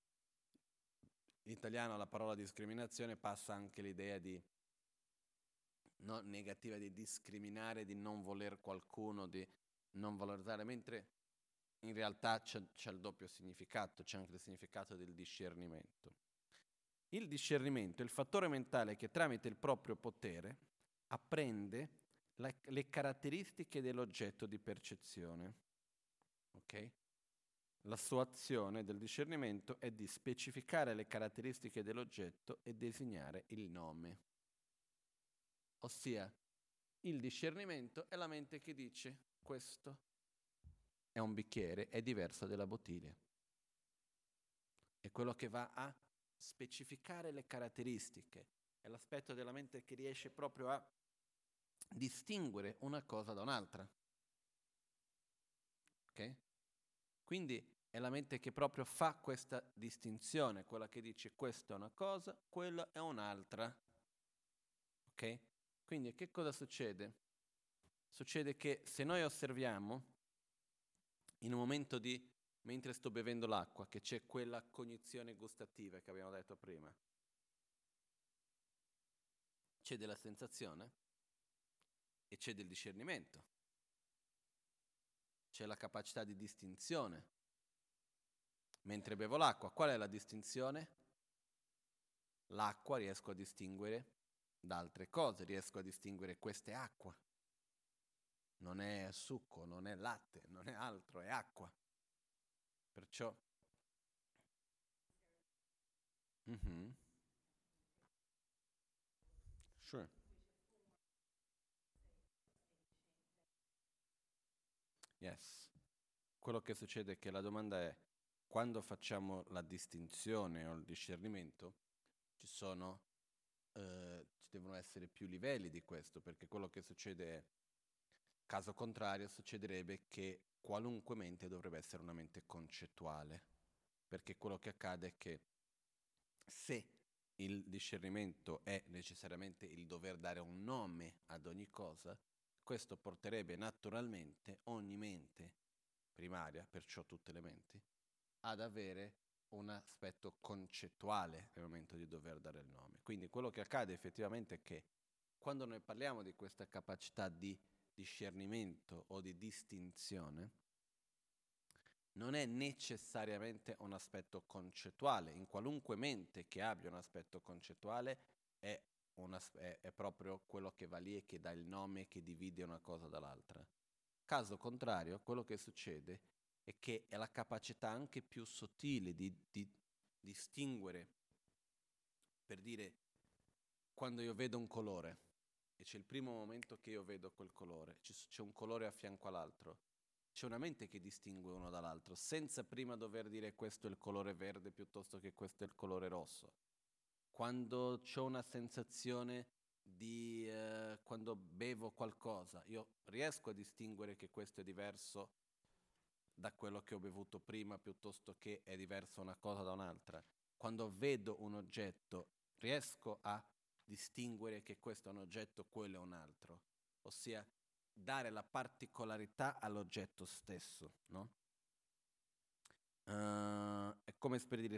In italiano la parola discriminazione passa anche l'idea di negativa, di discriminare, di non voler qualcuno, di non valorizzare, mentre in realtà c'è il doppio significato, c'è anche il significato del discernimento. Il discernimento è il fattore mentale che tramite il proprio potere apprende le caratteristiche dell'oggetto di percezione. Ok? La sua azione del discernimento è di specificare le caratteristiche dell'oggetto e designare il nome. Ossia, il discernimento è la mente che dice: questo è un bicchiere, è diverso dalla bottiglia. È quello che va a specificare le caratteristiche. È l'aspetto della mente che riesce proprio a distinguere una cosa da un'altra. Ok? Quindi è la mente che proprio fa questa distinzione, quella che dice questa è una cosa, quella è un'altra. Ok? Quindi che cosa succede? Succede che se noi osserviamo, in un momento mentre sto bevendo l'acqua, che c'è quella cognizione gustativa che abbiamo detto prima, c'è della sensazione e c'è del discernimento, c'è la capacità di distinzione. Mentre bevo l'acqua, qual è la distinzione? L'acqua riesco a distinguere da altre cose, riesco a distinguere questa è acqua. Non è succo, non è latte, non è altro, è acqua. Perciò Sure. Yes. Quello che succede è che la domanda è: quando facciamo la distinzione o il discernimento, ci devono essere più livelli di questo, perché quello che succede è, caso contrario, succederebbe che qualunque mente dovrebbe essere una mente concettuale, perché quello che accade è che se il discernimento è necessariamente il dover dare un nome ad ogni cosa, questo porterebbe naturalmente ogni mente primaria, perciò tutte le menti, ad avere un aspetto concettuale nel momento di dover dare il nome. Quindi quello che accade effettivamente è che quando noi parliamo di questa capacità di discernimento o di distinzione non è necessariamente un aspetto concettuale. In qualunque mente che abbia un aspetto concettuale è proprio quello che va lì e che dà il nome che divide una cosa dall'altra. Caso contrario, quello che succede è che è la capacità anche più sottile di distinguere, per dire, quando io vedo un colore e c'è il primo momento che io vedo quel colore, c'è un colore a fianco all'altro, c'è una mente che distingue uno dall'altro, senza prima dover dire questo è il colore verde piuttosto che questo è il colore rosso. Quando c'ho una sensazione quando bevo qualcosa, io riesco a distinguere che questo è diverso da quello che ho bevuto prima piuttosto che è diverso una cosa da un'altra. Quando vedo un oggetto, riesco a distinguere che questo è un oggetto, quello è un altro, ossia dare la particolarità all'oggetto stesso, no? È come per dire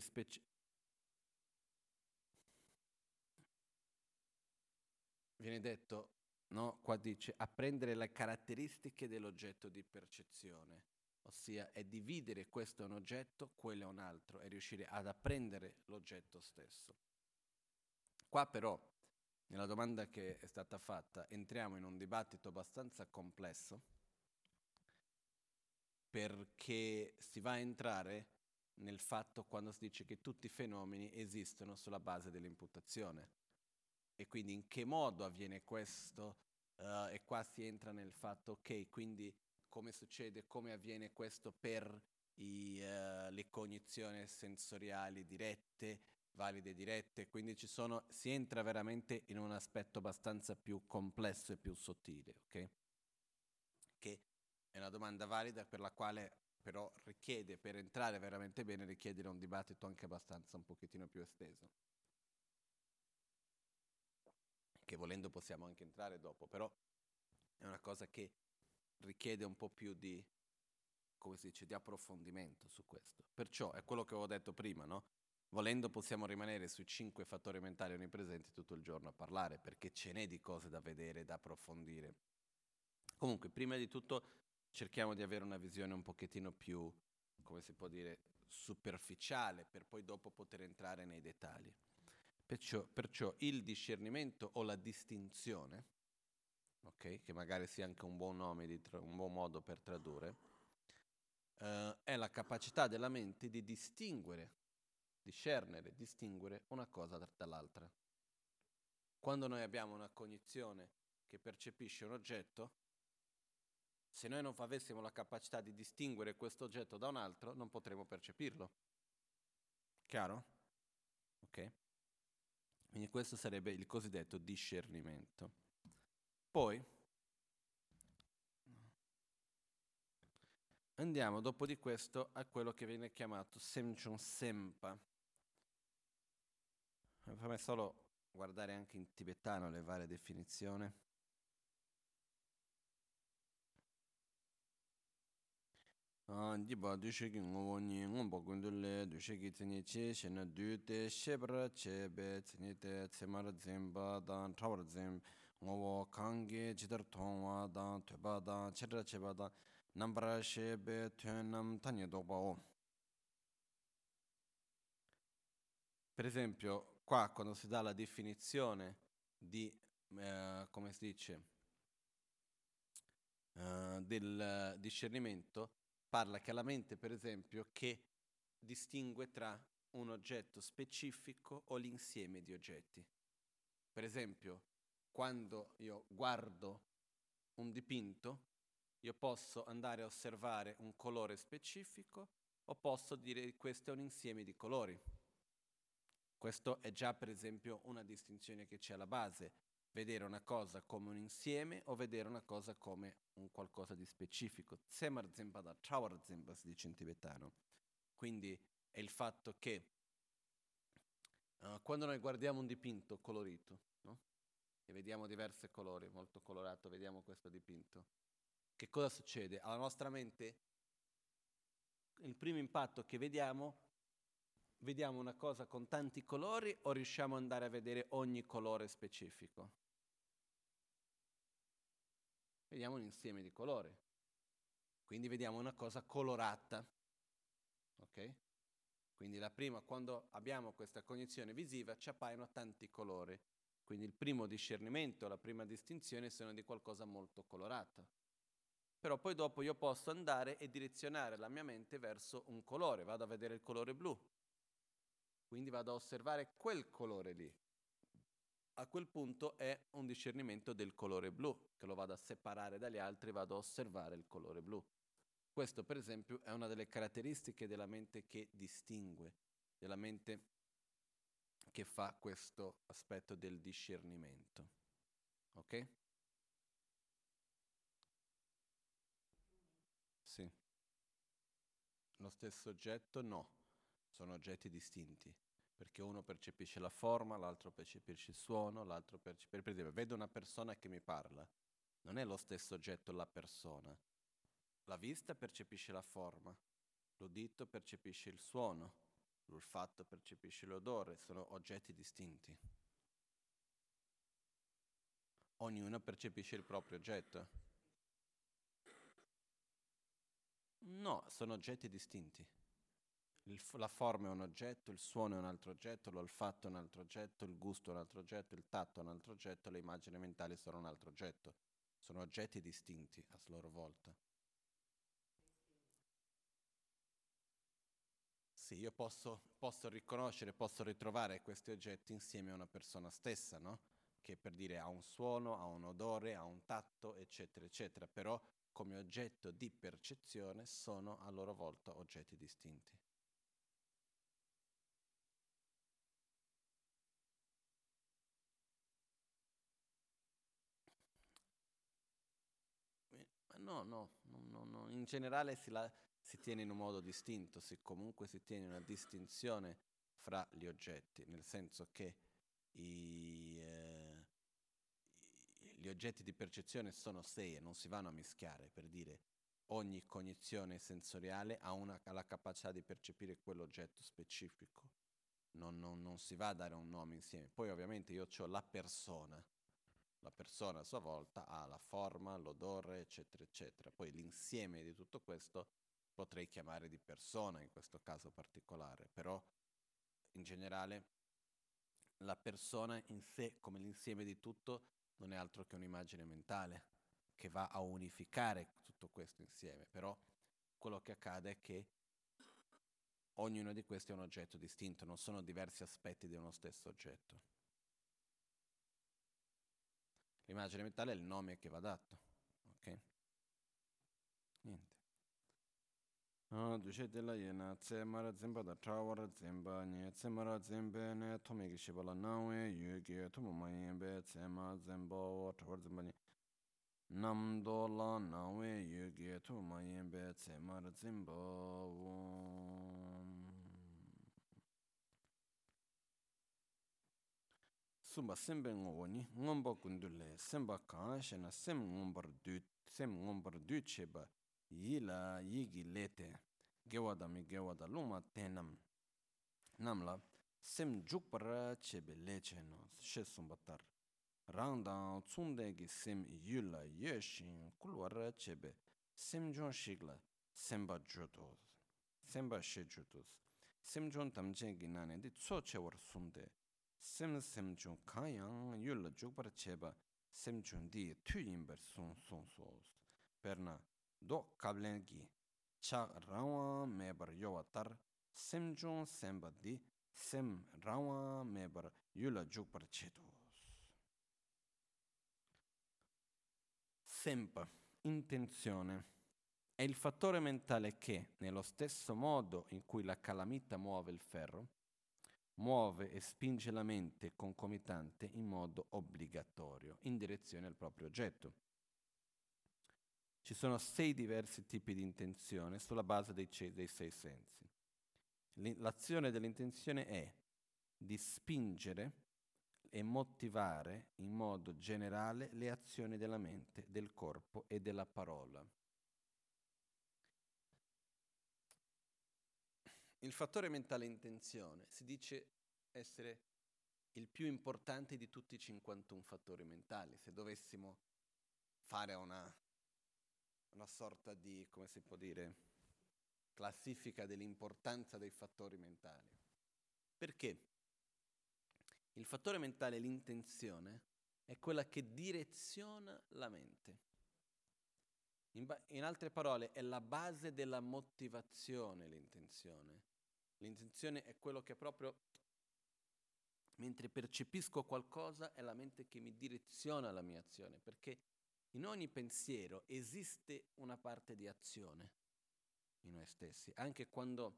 viene detto, no? Qua dice apprendere le caratteristiche dell'oggetto di percezione, ossia è dividere questo è un oggetto, quello è un altro, e riuscire ad apprendere l'oggetto stesso. Qua però, nella domanda che è stata fatta, entriamo in un dibattito abbastanza complesso, perché si va a entrare nel fatto quando si dice che tutti i fenomeni esistono sulla base dell'imputazione. E quindi in che modo avviene questo? E qua si entra nel fatto, ok, quindi come succede, come avviene questo per le cognizioni sensoriali dirette, valide dirette, quindi si entra veramente in un aspetto abbastanza più complesso e più sottile, ok? Che è una domanda valida per la quale però richiede, per entrare veramente bene, richiede un dibattito anche abbastanza un pochettino più esteso. Che volendo possiamo anche entrare dopo, però è una cosa che richiede un po' più di, come si dice, di approfondimento su questo. Perciò è quello che avevo detto prima, no? Volendo possiamo rimanere sui 5 fattori mentali onnipresenti tutto il giorno a parlare, perché ce n'è di cose da vedere, da approfondire. Comunque, prima di tutto cerchiamo di avere una visione un pochettino più, come si può dire, superficiale, per poi dopo poter entrare nei dettagli. Perciò il discernimento o la distinzione, okay, che magari sia anche un buon nome, un buon modo per tradurre, è la capacità della mente di distinguere una cosa dall'altra. Quando noi abbiamo una cognizione che percepisce un oggetto, se noi non avessimo la capacità di distinguere questo oggetto da un altro, non potremo percepirlo. Chiaro? Ok? Quindi questo sarebbe il cosiddetto discernimento. Poi andiamo dopo di questo a quello che viene chiamato Semchon Sempa. Fammi solo guardare anche in tibetano le varie definizioni. Diba dushiki ngowo ni ngomba gundule dushiki tsini chi shena du te shebra chebe tsini te tsemar zimba dan trawar zim ngowo kangi jidar tongwa dan tuba dan chedra cheba dan nambra shebe tuenam tanya dogba o. Per esempio, qua quando si dà la definizione di, come si dice, del discernimento, parla che la mente, per esempio, che distingue tra un oggetto specifico o l'insieme di oggetti. Per esempio, quando io guardo un dipinto, io posso andare a osservare un colore specifico o posso dire che questo è un insieme di colori. Questo è già per esempio una distinzione che c'è alla base, vedere una cosa come un insieme o vedere una cosa come un qualcosa di specifico. Tsemar Zimbada, Chawar Zimba si dice in tibetano. Quindi è il fatto che quando noi guardiamo un dipinto colorito, no? E vediamo diversi colori, molto colorato, vediamo questo dipinto, che cosa succede? Alla nostra mente il primo impatto che vediamo una cosa con tanti colori o riusciamo ad andare a vedere ogni colore specifico? Vediamo un insieme di colori. Quindi vediamo una cosa colorata. Ok? Quindi la prima, quando abbiamo questa cognizione visiva, ci appaiono tanti colori. Quindi il primo discernimento, la prima distinzione sono di qualcosa molto colorato. Però poi dopo io posso andare e direzionare la mia mente verso un colore, vado a vedere il colore blu, quindi vado a osservare quel colore lì. A quel punto è un discernimento del colore blu, che lo vado a separare dagli altri, vado a osservare il colore blu. Questo per esempio è una delle caratteristiche della mente che distingue, della mente che fa questo aspetto del discernimento. Ok? Sì. Lo stesso oggetto? No, sono oggetti distinti, perché uno percepisce la forma, l'altro percepisce il suono, l'altro percepisce... Per esempio, vedo una persona che mi parla, non è lo stesso oggetto la persona. La vista percepisce la forma, l'udito percepisce il suono, l'olfatto percepisce l'odore, sono oggetti distinti. Ognuno percepisce il proprio oggetto. No, sono oggetti distinti. La forma è un oggetto, il suono è un altro oggetto, l'olfatto è un altro oggetto, il gusto è un altro oggetto, il tatto è un altro oggetto, le immagini mentali sono un altro oggetto. Sono oggetti distinti a loro volta. Sì, io posso riconoscere, posso ritrovare questi oggetti insieme a una persona stessa, no? Che per dire ha un suono, ha un odore, ha un tatto, eccetera, eccetera, però come oggetto di percezione sono a loro volta oggetti distinti. No. In generale si tiene in un modo distinto, comunque si tiene una distinzione fra gli oggetti, nel senso che i, eh, gli oggetti di percezione sono sé e non si vanno a mischiare, per dire ogni cognizione sensoriale ha la capacità di percepire quell'oggetto specifico, non si va a dare un nome insieme. Poi ovviamente io ho la persona a sua volta ha la forma, l'odore, eccetera, eccetera. Poi l'insieme di tutto questo potrei chiamare di persona in questo caso particolare, però in generale la persona in sé, come l'insieme di tutto, non è altro che un'immagine mentale che va a unificare tutto questo insieme, però quello che accade è che ognuno di questi è un oggetto distinto, non sono diversi aspetti di uno stesso oggetto. L'immagine mentale è il nome che va dato, ok? Niente. Dushe tila yena tse mara zimba da trawara zimba nye tse mara zimba ne tomi ki shibala nangwe yu ki tomo ma yinbe tse ma zimba wa trawara zimba nye namdo la nangwe yu ki tomo ma yinbe tse mara zimba sumba simbe ngogo ni ngomba kundule simba kaa shena sim ngombar du cheba yi la yi gi lete gewada mi gewada luma tenam namla sim jukpara chebe leche no she sumbatar rangdang tsunde gi sim yu la ye shin kulwara chebe sim jon shigla simba jutos simba she jutos sim jon tamche gi nane di tso che war sumde sim jon kanyang yu la jukpara cheba sim jon di tu yinbar sun sos perna do kablen gi chak rangwa mebar yowatar sim jon semba di sim rangwa mebar yula jukpar chetos. Sempa, intenzione. È il fattore mentale che, nello stesso modo in cui la calamita muove il ferro, muove e spinge la mente concomitante in modo obbligatorio, in direzione al proprio oggetto. Ci sono 6 diversi tipi di intenzione sulla base dei 6 sensi. L'azione dell'intenzione è di spingere e motivare in modo generale le azioni della mente, del corpo e della parola. Il fattore mentale intenzione si dice essere il più importante di tutti i 51 fattori mentali. Se dovessimo fare una una sorta di, come si può dire, classifica dell'importanza dei fattori mentali. Perché il fattore mentale, l'intenzione, è quella che direziona la mente. In altre parole, è la base della motivazione, l'intenzione. L'intenzione è quello che proprio, mentre percepisco qualcosa, è la mente che mi direziona la mia azione, perché in ogni pensiero esiste una parte di azione in noi stessi. Anche quando,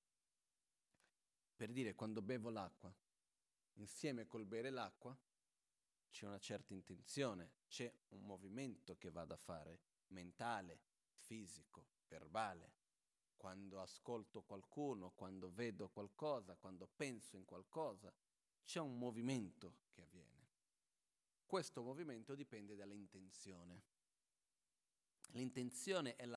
per dire, quando bevo l'acqua, insieme col bere l'acqua, c'è una certa intenzione, c'è un movimento che vado a fare, mentale, fisico, verbale. Quando ascolto qualcuno, quando vedo qualcosa, quando penso in qualcosa, c'è un movimento che avviene. Questo movimento dipende dall'intenzione. L'intenzione è la